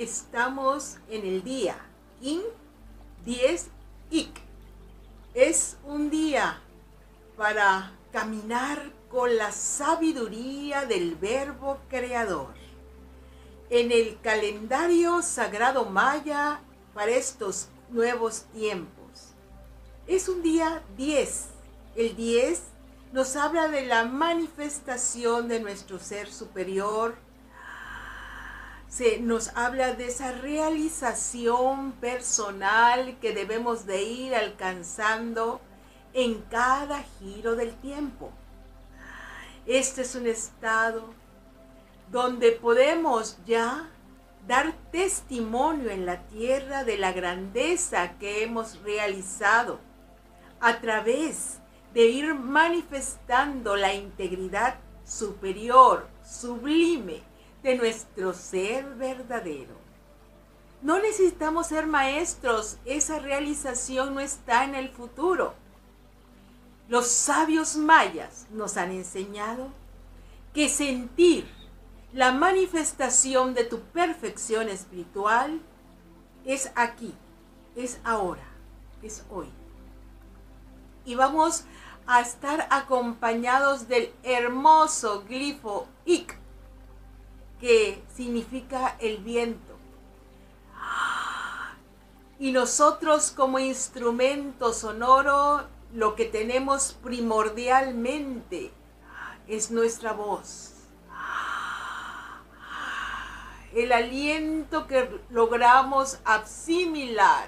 Estamos en el día King 10 Ik. Es un día para caminar con la sabiduría del Verbo Creador. En el calendario sagrado maya para estos nuevos tiempos. Es un día 10. El 10 nos habla de la manifestación de nuestro ser superior. Nos habla de esa realización personal que debemos de ir alcanzando en cada giro del tiempo. Este es un estado donde podemos ya dar testimonio en la tierra de la grandeza que hemos realizado a través de ir manifestando la integridad superior, sublime, de nuestro ser verdadero. No necesitamos ser maestros, esa realización no está en el futuro. Los sabios mayas nos han enseñado que sentir la manifestación de tu perfección espiritual es aquí, es ahora, es hoy. Y vamos a estar acompañados del hermoso glifo Ik, que significa el viento. Y nosotros como instrumento sonoro, lo que tenemos primordialmente es nuestra voz. El aliento que logramos asimilar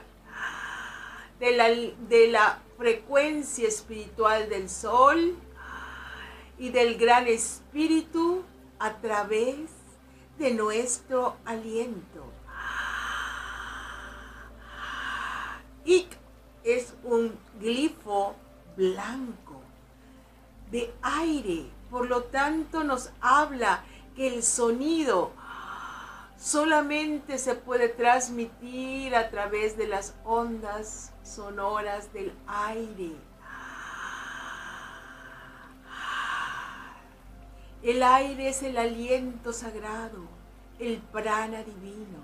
de la frecuencia espiritual del sol y del gran espíritu a través de nuestro aliento. Ik es un glifo blanco de aire, por lo tanto nos habla que el sonido solamente se puede transmitir a través de las ondas sonoras del aire. El aire es el aliento sagrado, el prana divino.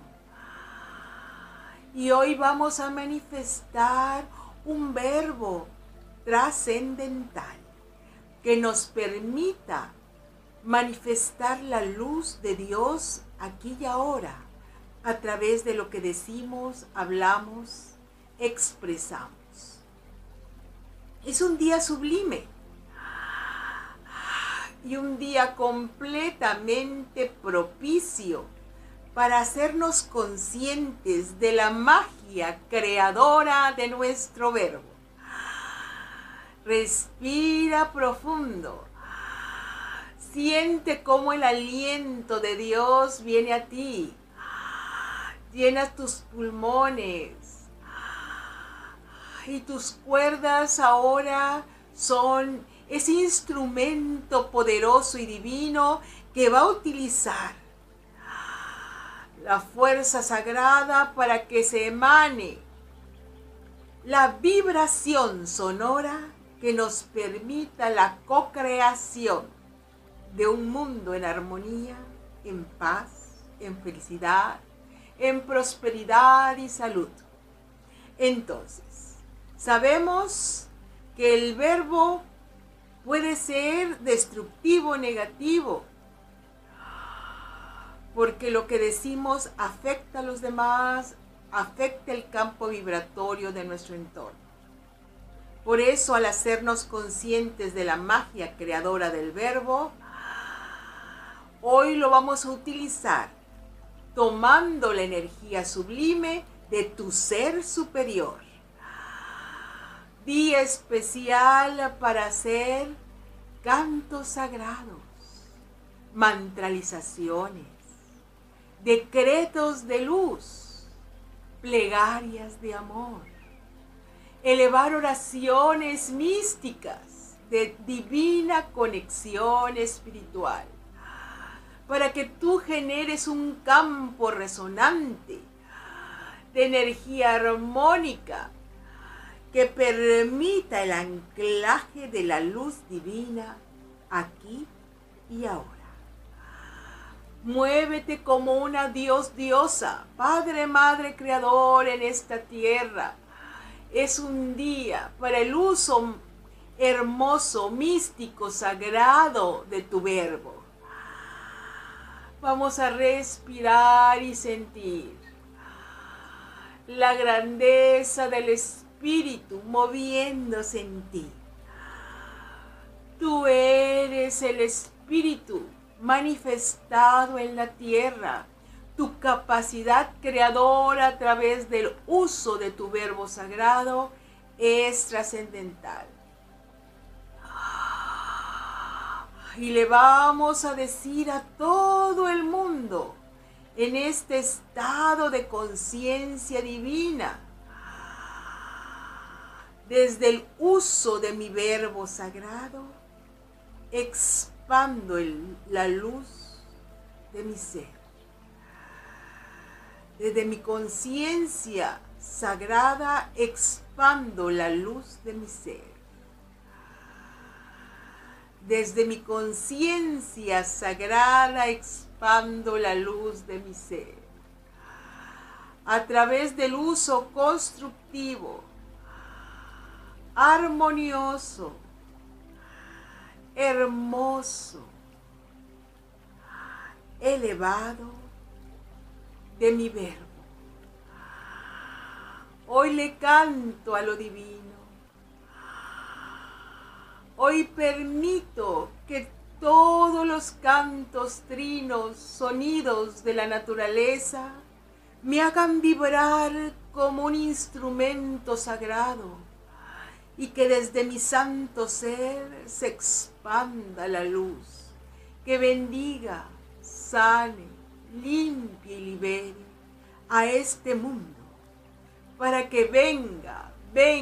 Y hoy vamos a manifestar un verbo trascendental que nos permita manifestar la luz de Dios aquí y ahora a través de lo que decimos, hablamos, expresamos. Es un día sublime. Y un día completamente propicio para hacernos conscientes de la magia creadora de nuestro verbo. Respira profundo. Siente cómo el aliento de Dios viene a ti. Llenas tus pulmones. Y tus cuerdas ahora son ese instrumento poderoso y divino que va a utilizar la fuerza sagrada para que se emane la vibración sonora que nos permita la co-creación de un mundo en armonía, en paz, en felicidad, en prosperidad y salud. Entonces, sabemos que el verbo puede ser destructivo o negativo, porque lo que decimos afecta a los demás, afecta el campo vibratorio de nuestro entorno. Por eso, al hacernos conscientes de la magia creadora del verbo, hoy lo vamos a utilizar tomando la energía sublime de tu ser superior. Día especial para hacer cantos sagrados, mantralizaciones, decretos de luz, plegarias de amor, elevar oraciones místicas de divina conexión espiritual, para que tú generes un campo resonante de energía armónica que permita el anclaje de la luz divina aquí y ahora. Muévete como una diosa, Padre, Madre, Creador en esta tierra. Es un día para el uso hermoso, místico, sagrado de tu verbo. Vamos a respirar y sentir la grandeza del Espíritu moviéndose en ti. Tú eres el Espíritu manifestado en la tierra. Tu capacidad creadora a través del uso de tu verbo sagrado es trascendental. Y le vamos a decir a todo el mundo en este estado de conciencia divina, desde el uso de mi verbo sagrado, expando la luz de mi ser. Desde mi conciencia sagrada, expando la luz de mi ser. Desde mi conciencia sagrada, expando la luz de mi ser. A través del uso constructivo, armonioso, hermoso, elevado de mi verbo. Hoy le canto a lo divino. Hoy permito que todos los cantos, trinos, sonidos de la naturaleza me hagan vibrar como un instrumento sagrado y que desde mi santo ser se expanda la luz, que bendiga, sane, limpie y libere a este mundo para que venga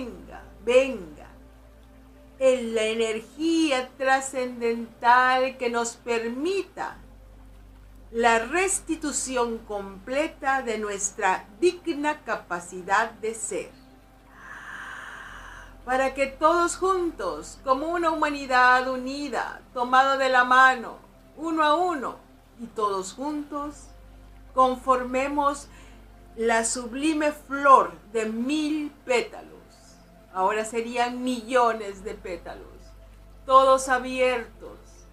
en la energía trascendental que nos permita la restitución completa de nuestra digna capacidad de ser. Para que todos juntos, como una humanidad unida, tomada de la mano, uno a uno, y todos juntos, conformemos la sublime flor de 1000 pétalos. Ahora serían millones de pétalos, todos abiertos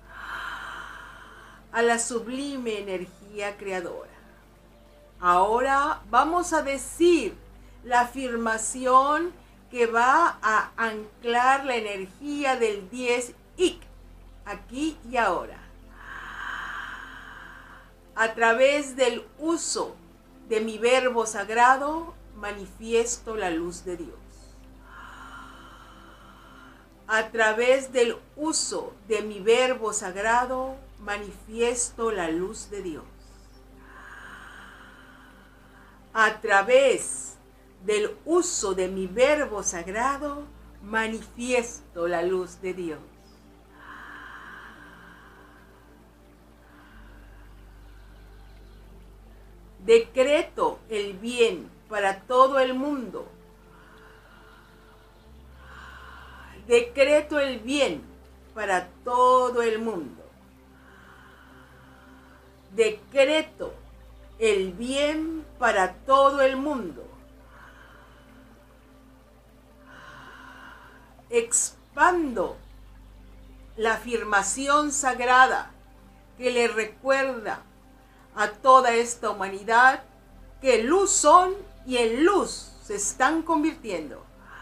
a la sublime energía creadora. Ahora vamos a decir la afirmación que va a anclar la energía del 10 IC, aquí y ahora. A través del uso de mi verbo sagrado, manifiesto la luz de Dios. A través del uso de mi verbo sagrado, manifiesto la luz de Dios. A través del uso de mi verbo sagrado, manifiesto la luz de Dios. Decreto el bien para todo el mundo. Decreto el bien para todo el mundo. Decreto el bien para todo el mundo. Expando la afirmación sagrada que le recuerda a toda esta humanidad que luz son y en luz se están convirtiendo.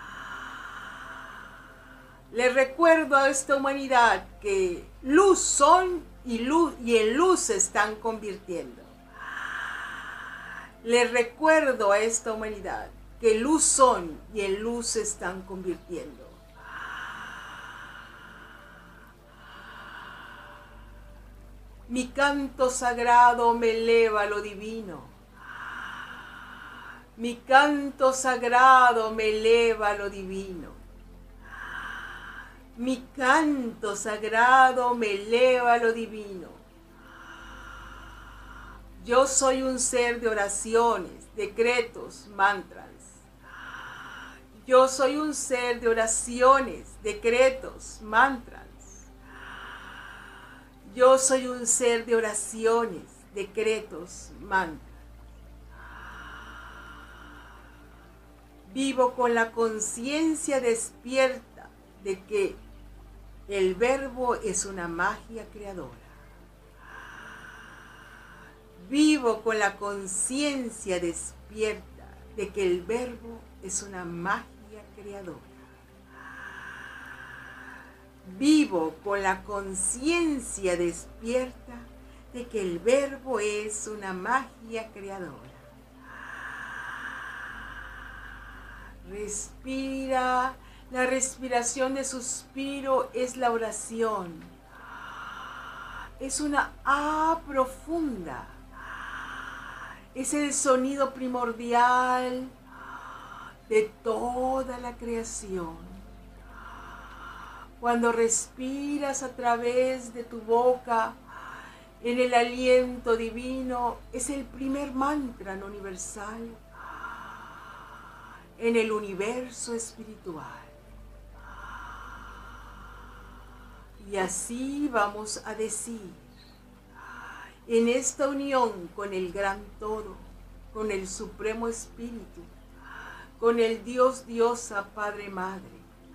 Le recuerdo a esta humanidad que luz son y en luz se están convirtiendo. Le recuerdo a esta humanidad que luz son y en luz se están convirtiendo. Mi canto sagrado me eleva a lo divino. Mi canto sagrado me eleva a lo divino. Mi canto sagrado me eleva a lo divino. Yo soy un ser de oraciones, decretos, mantras. Yo soy un ser de oraciones, decretos, mantras. Yo soy un ser de oraciones, decretos, mantras. Vivo con la conciencia despierta de que el verbo es una magia creadora. Vivo con la conciencia despierta de que el verbo es una magia creadora. Vivo con la conciencia despierta de que el verbo es una magia creadora. Respira. La respiración de suspiro es la oración. Es una A profunda. Es el sonido primordial de toda la creación. Cuando respiras a través de tu boca, en el aliento divino, es el primer mantra no universal en el universo espiritual. Y así vamos a decir, en esta unión con el Gran Todo, con el Supremo Espíritu, con el Dios, Diosa, Padre, Madre.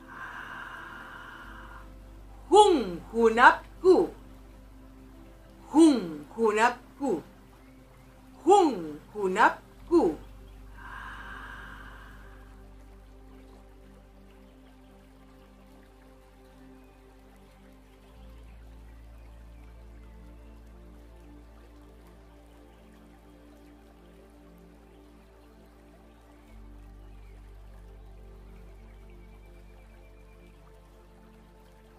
Hun Hunapku, Hun Hunapku, Hun Hunapku.